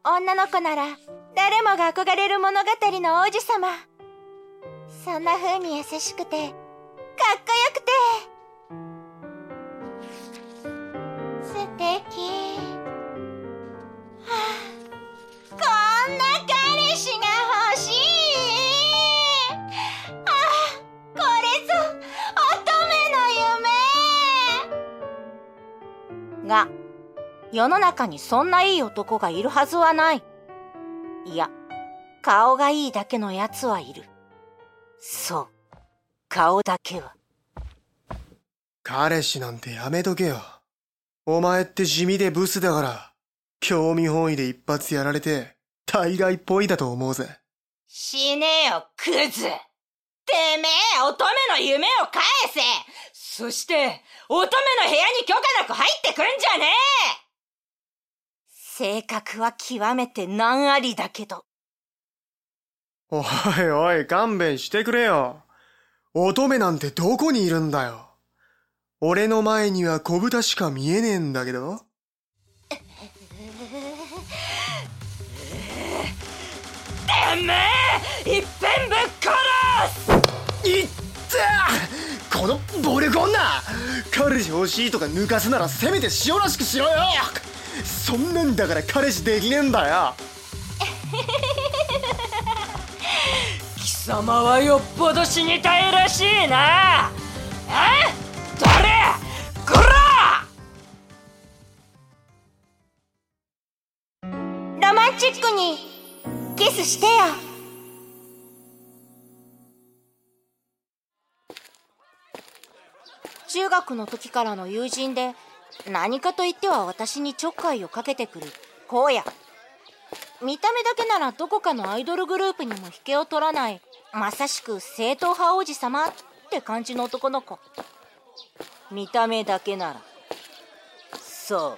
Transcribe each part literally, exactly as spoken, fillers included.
女の子なら誰もが憧れる物語の王子様。そんな風に優しくてかっこよくて素敵。はあ、こんな彼氏が欲しい。ああ、これぞ乙女の夢。が世の中にそんないい男がいるはずはない。いや、顔がいいだけのやつはいる。そう、顔だけは。 彼氏なんてやめとけよ。お前って地味でブスだから、興味本位で一発やられて、大概っぽいだと思うぜ。 死ねよ、クズ。てめえ、乙女の夢を返せ。そして、乙女の部屋に許可なく入ってくんじゃねえ。性格は極めて難ありだけど。 おいおい、勘弁してくれよ。乙女なんてどこにいるんだよ。俺の前には小豚しか見えねえんだけど。 てめえ、いっぺんぶっ殺す。 いったこの暴力女。彼氏欲しいとか抜かすならせめて塩らしくしろよ。そんなんだから彼氏できねえんだよ。 貴様はよっぽど死にたいらしいな。え？誰？こら！ロマンチックにキスしてよ。中学の時からの友人で、何かと言っては私にちょっかいをかけてくる荒野。見た目だけならどこかのアイドルグループにも引けを取らない、まさしく正統派王子様って感じの男の子。見た目だけなら。そう、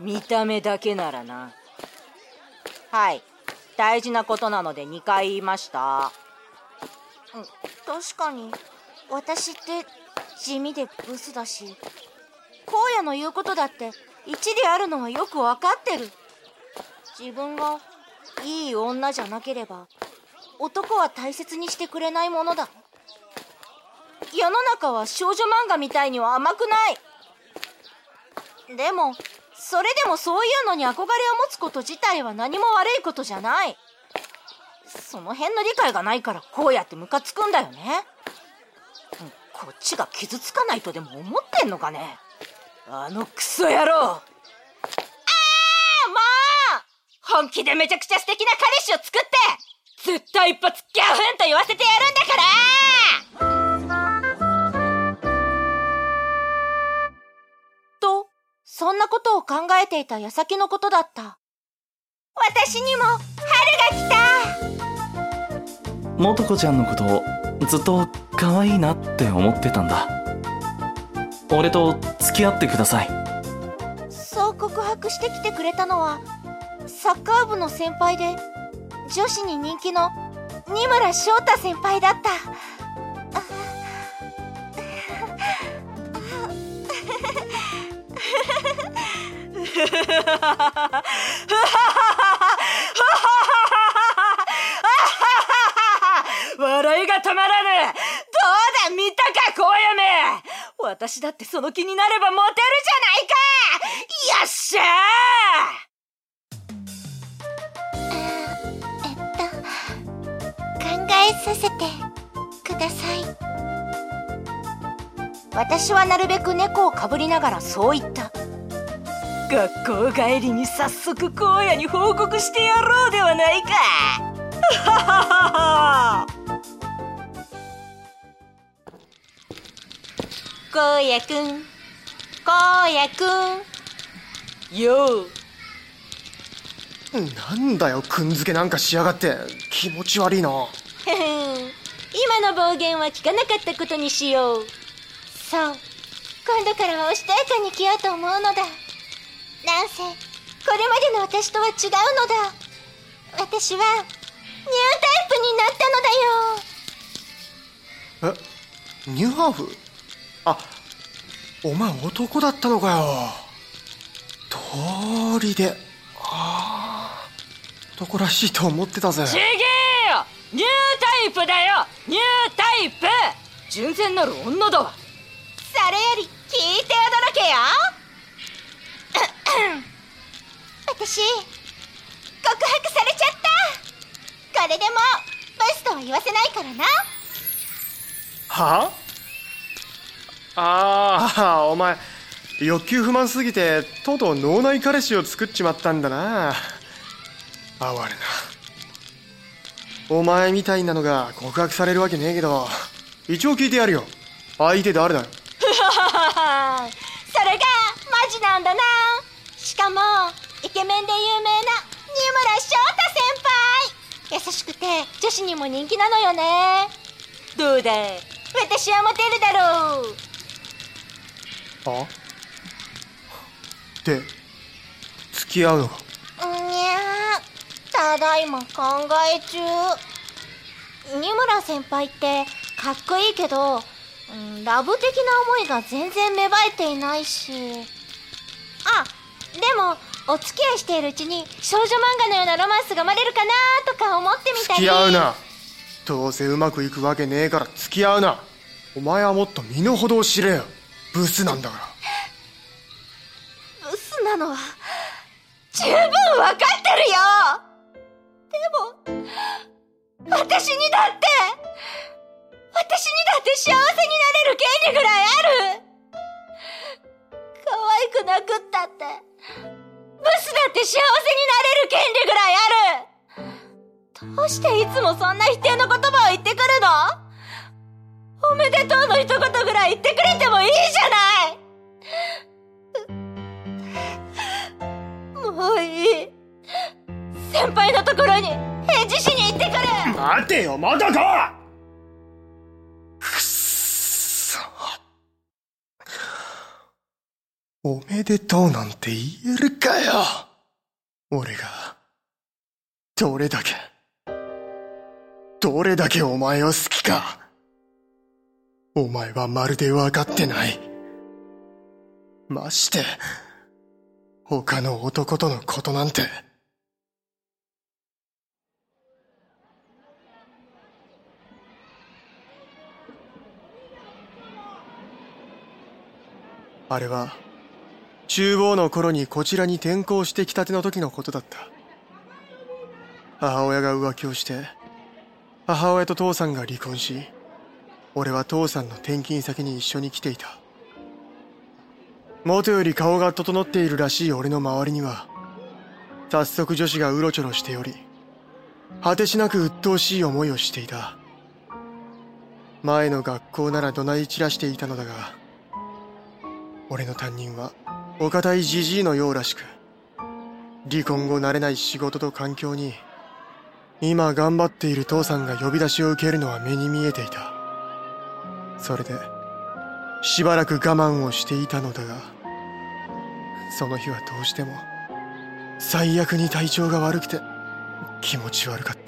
見た目だけならな。はい、大事なことなのでにかい言いました。確かに私って地味でブスだし、荒野の言うことだって一理あるのはよくわかってる。自分がいい女じゃなければ男は大切にしてくれないものだ。世の中は少女漫画みたいには甘くない。でもそれでもそういうのに憧れを持つこと自体は何も悪いことじゃない。その辺の理解がないからこうやってムカつくんだよね。こっちが傷つかないとでも思ってんのかね、あのクソ野郎。ああ、もう本気でめちゃくちゃ素敵な彼氏を作って絶対一発ギャフンと言わせてやるんだからと、そんなことを考えていた矢先のことだった。私にも春が来た。 もとこちゃんのことをずっと可愛いなって思ってたんだ。俺と付き合ってください。 そう告白してきてくれたのはサッカー部の先輩で女子に人気の二村翔太先輩だった。笑いが止まらぬ。どうだ見たか荒野め。私だってその気になればモテるじゃないか。よっしゃー。えっと考えさせてください。私はなるべく猫をかぶりながらそう言った。学校帰りに早速荒野に報告してやろうではないか。はははは。荒野くん、荒野くん、よう。なんだよ、くんづけなんかしやがって。気持ち悪いな。 今の暴言は聞かなかったことにしよう。そう、今度からはおしとやかに生きようと思うのだ。なんせこれまでの私とは違うのだ。私はニュータイプになったのだよ。 え、ニューハーフ？あ、お前男だったのかよ。通りで。あ男らしいと思ってたぜ。 ちげえよ、ニュータイプだよ、ニュータイプ。純然なる女だわ。それより聞いて驚けよ。私告白されちゃった。これでもブスとは言わせないからな。 はああ、お前欲求不満すぎてとうとう脳内彼氏を作っちまったんだな。哀れな。お前みたいなのが告白されるわけねえけど、一応聞いてやるよ。相手誰だよ。 それがマジなんだな。しかもイケメンで有名な二村翔太先輩。優しくて女子にも人気なのよね。どうだ、私はモテるだろう。 あで付き合うのか。 んにゃー、ただいま考え中。二村先輩ってかっこいいけど、うん、ラブ的な思いが全然芽生えていないし。あ、でもお付き合いしているうちに少女漫画のようなロマンスが生まれるかなとか思ってみたり。 付き合うな。どうせうまくいくわけねえから付き合うな。お前はもっと身の程を知れよ。ブスなんだから。 ブスなのは十分分かってるよ。でも私にだって私にだって幸せになれる権利ぐらいある。可愛くなくったってブスだって幸せになれる権利ぐらいある。どうしていつもそんな否定の言葉を言ってくるの。おめでとうの一言ぐらい言ってくれてもいいじゃない。もういい。先輩のところに返事しに行ってくる。 待てよ、まだか。くっそ。おめでとうなんて言えるかよ。俺がどれだけどれだけお前を好きか。お前はまるで分かってない。まして他の男とのことなんて。あれは中坊の頃にこちらに転校してきたての時のことだった。母親が浮気をして母親と父さんが離婚し、俺は父さんの転勤先に一緒に来ていた。元より顔が整っているらしい俺の周りには早速女子がうろちょろしており、果てしなく鬱陶しい思いをしていた。前の学校なら怒鳴り散らしていたのだが、俺の担任はお堅いじじいのようらしく、離婚後慣れない仕事と環境に今頑張っている父さんが呼び出しを受けるのは目に見えていた。それでしばらく我慢をしていたのだが、その日はどうしても最悪に体調が悪くて気持ち悪かった。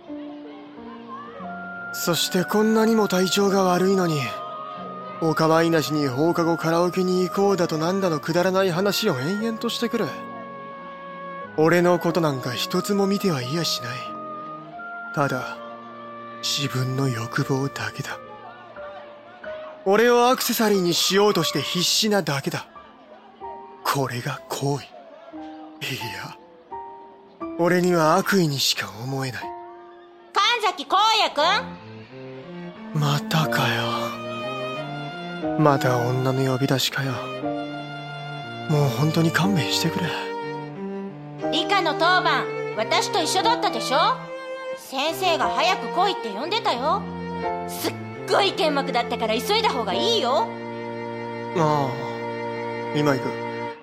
そしてこんなにも体調が悪いのに、お構いなしに放課後カラオケに行こうだとなんだのくだらない話を延々としてくる。俺のことなんか一つも見てはいやしない。ただ自分の欲望だけだ。俺をアクセサリーにしようとして必死なだけだ。これが行為。いや、俺には悪意にしか思えない。 神崎光也くん、 またかよ。また女の呼び出しかよ。もう本当に勘弁してくれ。 理科の当番私と一緒だったでしょ。先生が早く来いって呼んでたよ。すっごい剣幕だったから急いだ方がいいよ。 ああ、今行く。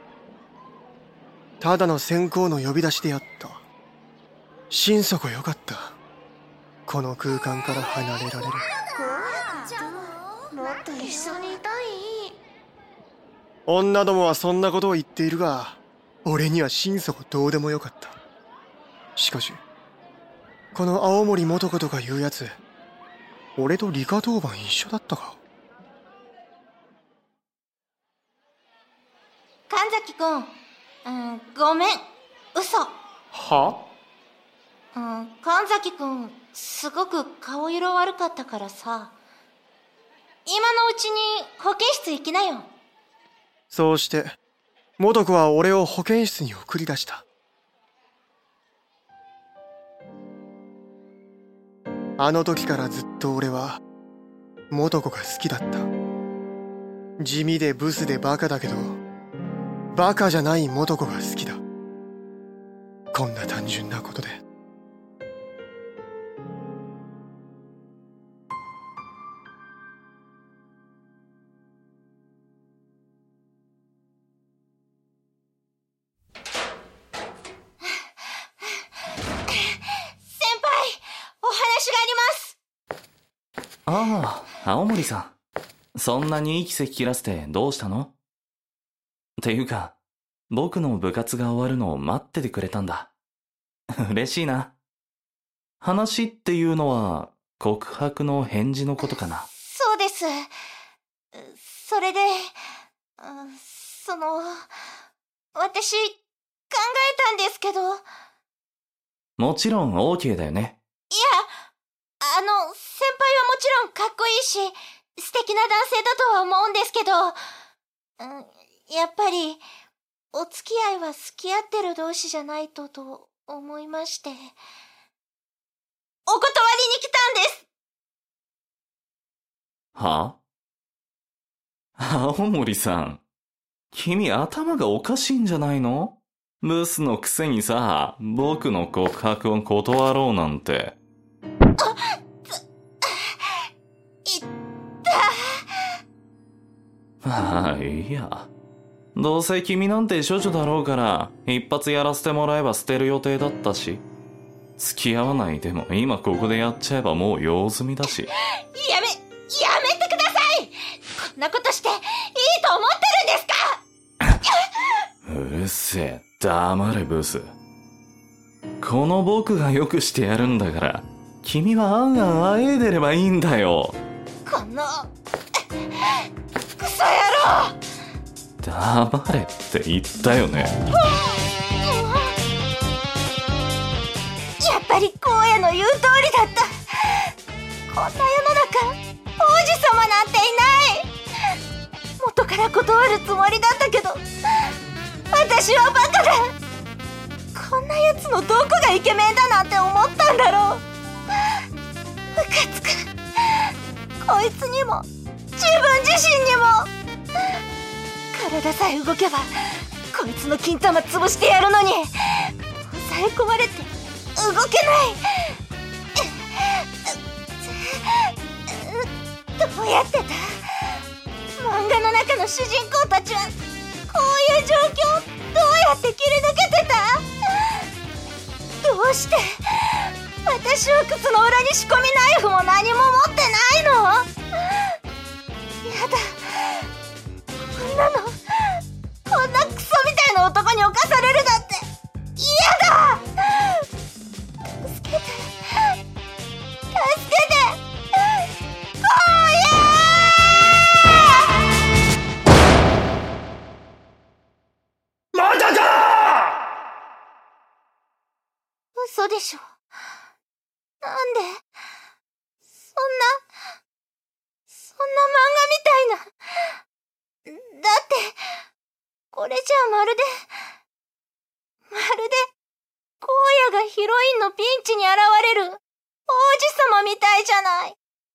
ただの先行の呼び出しでやった。心底よかった。この空間から離れられる。 もっと一緒にいたい。 女どもはそんなことを言っているが、俺には心底どうでもよかった。しかしこの青森素子とかいうやつ、俺と理科当番一緒だったか。 神崎くん、うん、ごめん、嘘。 は？ うん、神崎くんすごく顔色悪かったからさ、今のうちに保健室行きなよ。 そうして素子は俺を保健室に送り出した。あの時からずっと俺は素子が好きだった。地味でブスでバカだけど、バカじゃない素子が好きだ。こんな単純なことで。 ああ、青森さん。そんなに息せき切らせてどうしたの？っていうか、僕の部活が終わるのを待っててくれたんだ。嬉しいな。話っていうのは、告白の返事のことかな。 そうです。それで、その、私、考えたんですけど。 もちろん OK だよね。 いや、あの、先輩はもちろんかっこいいし、素敵な男性だとは思うんですけど、うん、やっぱり、お付き合いは付き合ってる同士じゃないとと思いまして、お断りに来たんです。 はあ？青森さん、君頭がおかしいんじゃないの？ブスのくせにさ、僕の告白を断ろうなんて。ああ、いいや。どうせ君なんて処女だろうから、一発やらせてもらえば捨てる予定だったし。付き合わないでも今ここでやっちゃえばもう用済みだし。 やめ、やめてください！こんなことしていいと思ってるんですか？ うるせえ、黙れブス。この僕がよくしてやるんだから、君はあんあんあえいでればいいんだよ。このクソ野郎！ 黙れって言ったよね。 やっぱり荒野の言う通りだった。こんな世の中、王子様なんていない。元から断るつもりだったけど、私はバカだ。こんなやつのどこがイケメンだなんて思ったんだろう。ムカつく。こいつにも自分自身にも。体さえ動けばこいつの金玉潰してやるのに、抑え込まれて動けない。どうやってだ？漫画の中の主人公たちはこういう状況どうやって切り抜けてた？どうして私は靴の裏に仕込みナイフも何も持ってないの？やだ、こんなの、こんなクソみたいな男に侵されるなんて嫌だ！助けて、助けて、荒野！ まだだ！ 嘘でしょ。なんで、そんな、そんな漫画みたいな。だって、これじゃまるで、まるで、荒野がヒロインのピンチに現れる王子様みたいじゃない。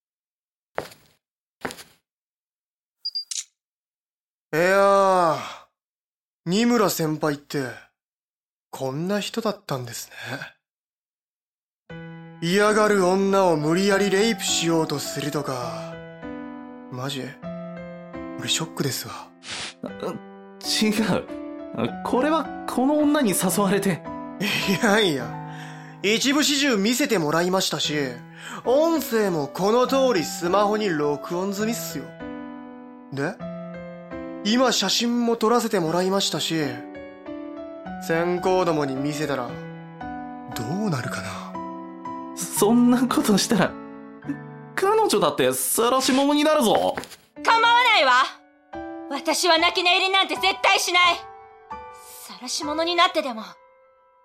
いやー、二村先輩って、こんな人だったんですね。嫌がる女を無理やりレイプしようとするとか、マジ俺ショックですわ。 違う。これはこの女に誘われて。 いやいや、一部始終見せてもらいましたし、音声もこの通りスマホに録音済みっすよ。で、今写真も撮らせてもらいましたし、先行どもに見せたらどうなるかな。 そんなことしたら彼女だって晒し者になるぞ。 構わないわ。私は泣き寝入りなんて絶対しない。晒し者になってでも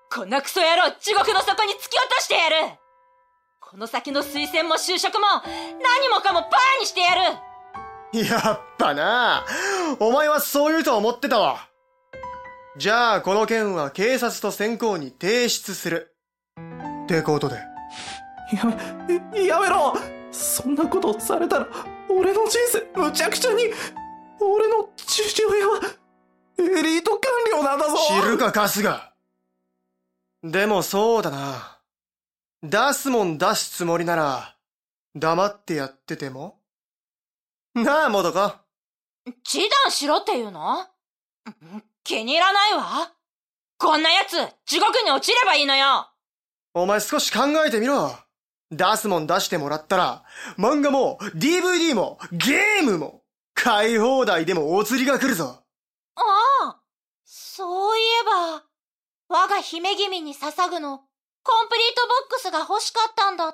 こんなクソ野郎、地獄の底に突き落としてやる。この先の推薦も就職も何もかもパーにしてやる。 やっぱな、お前はそう言うと思ってたわ。じゃあこの件は警察と専攻に提出するってことで。 やめ、やめろ。そんなことされたら俺の人生むちゃくちゃに。俺の父親はエリート官僚なんだぞ。 知るか春日。でもそうだな、出すもん出すつもりなら黙ってやっててもなあ、もどか。 示談しろって言うの？気に入らないわ。こんな奴、地獄に落ちればいいのよ。 お前少し考えてみろ。出すもん出してもらったら、漫画も ディーブイディー もゲームも買い放題でもお釣りが来るぞ。 ああ、そういえば、我が姫君に捧ぐの、コンプリートボックスが欲しかったんだった。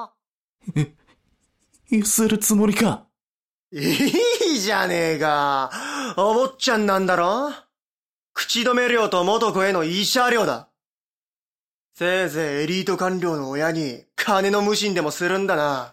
え、譲るつもりか。 いいじゃねえか。お坊ちゃんなんだろ。口止め料と元子への慰謝料だ。せいぜいエリート官僚の親に金の無心でもするんだな。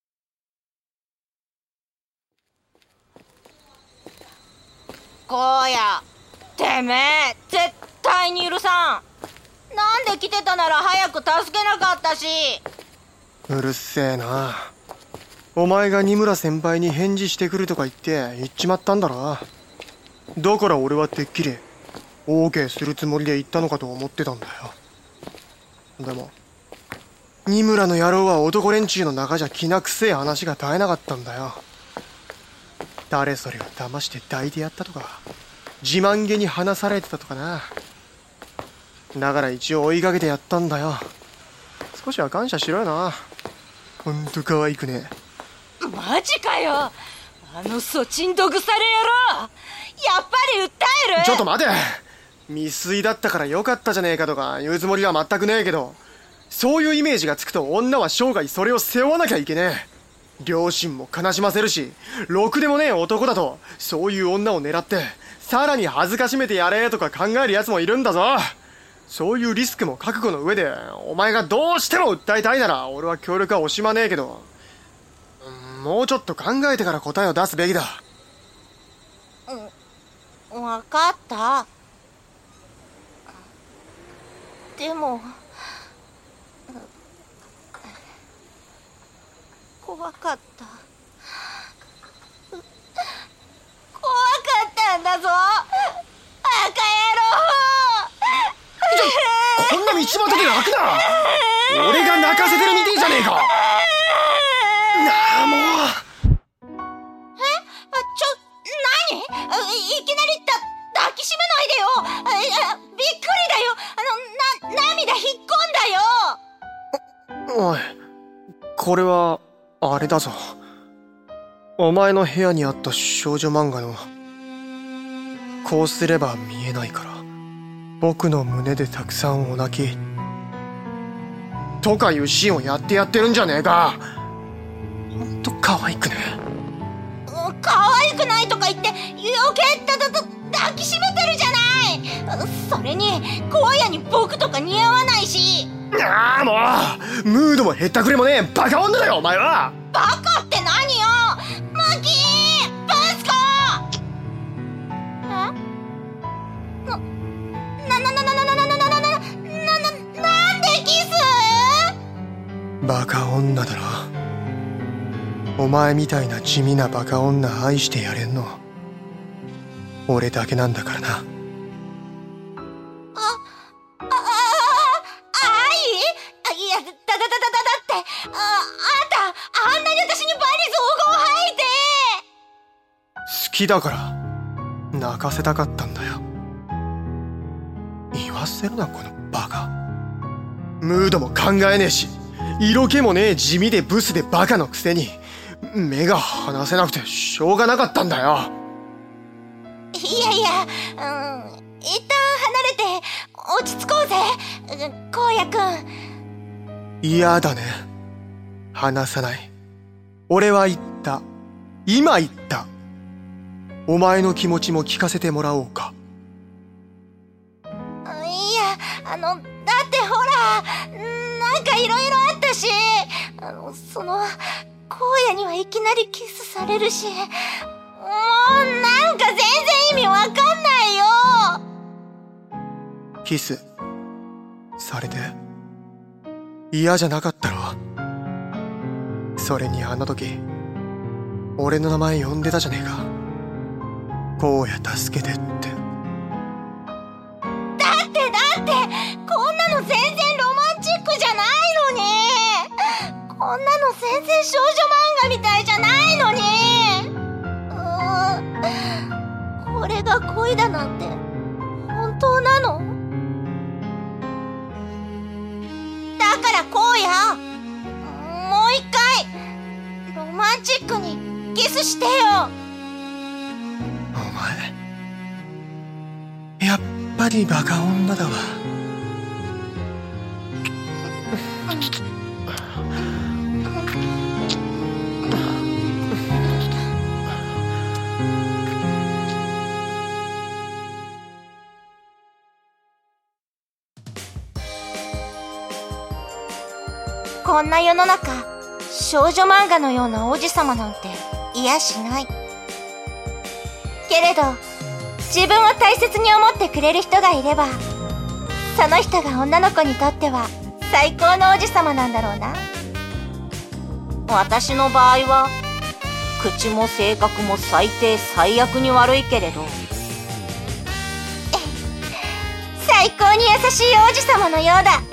荒野、てめえ、絶対に許さん。なんで来てたなら早く助けなかったし。 うるせえな。お前が二村先輩に返事してくるとか言って言っちまったんだろ。だから俺はてっきり オーケー するつもりで言ったのかと思ってたんだよ。でも二村の野郎は男連中の中じゃ気なくせえ話が絶えなかったんだよ。誰それを騙して抱いてやったとか、自慢げに話されてたとかな。だから一応追いかけてやったんだよ。少しは感謝しろよな。ほんと可愛くね。 マジかよ、あのソチンドグサレ野郎。やっぱり訴える。 ちょっと待て。未遂だったからよかったじゃねえかとか言うつもりは全くねえけど、そういうイメージがつくと女は生涯それを背負わなきゃいけねえ。両親も悲しませるし、ろくでもねえ男だとそういう女を狙ってさらに恥ずかしめてやれとか考える奴もいるんだぞ。そういうリスクも覚悟の上でお前がどうしても訴えたいなら俺は協力は惜しまねえけど、もうちょっと考えてから答えを出すべきだ。 うん、分かった。でも怖かった。怖かったんだぞ、バカ野郎。 こんな道端で泣くな。俺が泣かせてるみてえじゃねえか。なあもう。 え、ちょ、何？いきなりだ抱きしめないでよ。びっくりだよ。あのな涙引っ込んだよ。 おい、これはあれだぞ。お前の部屋にあった少女漫画のこうすれば見えないから僕の胸でたくさんお泣きとかいうシーンをやってやってるんじゃねえか。ほんと可愛くね。 可愛くないとか言って余計だだだ抱きしめてるじゃない。それに荒野に僕とか似合わないし。 ああもう、ムードもへったくれもねえバカ女だよお前は。 バカって何よ。マキー、ブスコ。え？な、な、な、な、な、な、な、な、な、な、な、な、な、なんでキス？ バカ女だろ。お前みたいな地味なバカ女愛してやれんの俺だけなんだからな。 あ、あ、あ、愛？いや、だ、だ、だ、だ、だ、だって、あ、あんた、あんなに私に罵詈雑言を吐いて。 好きだから泣かせたかったんだよ。言わせるなこのバカ。ムードも考えねえし色気もねえ地味でブスでバカのくせに目が離せなくてしょうがなかったんだよ。 いやいや、うん、一旦離れて落ち着こうぜ、荒野くん。 嫌だね。話さない。俺は言った。今言った。お前の気持ちも聞かせてもらおうか。 いや、あの、だっいろいろあったし、あのその荒野にはいきなりキスされるし、もうなんか全然意味わかんないよ。 キスされて嫌じゃなかったろ。それにあの時俺の名前呼んでたじゃねえか。荒野助けてって。 だってだってこんなの全然ロマンチックじゃないのに、こんなの全然少女漫画みたいじゃないのに。うーん、これが恋だなんて本当なの？だから荒野、もう一回ロマンチックにキスしてよ。 お前やっぱりバカ女だわ。 こんな世の中、少女漫画のような王子様なんていやしない。けれど自分を大切に思ってくれる人がいれば、その人が女の子にとっては最高の王子様なんだろうな。私の場合は口も性格も最低最悪に悪いけれど、最高に優しい王子様のようだ。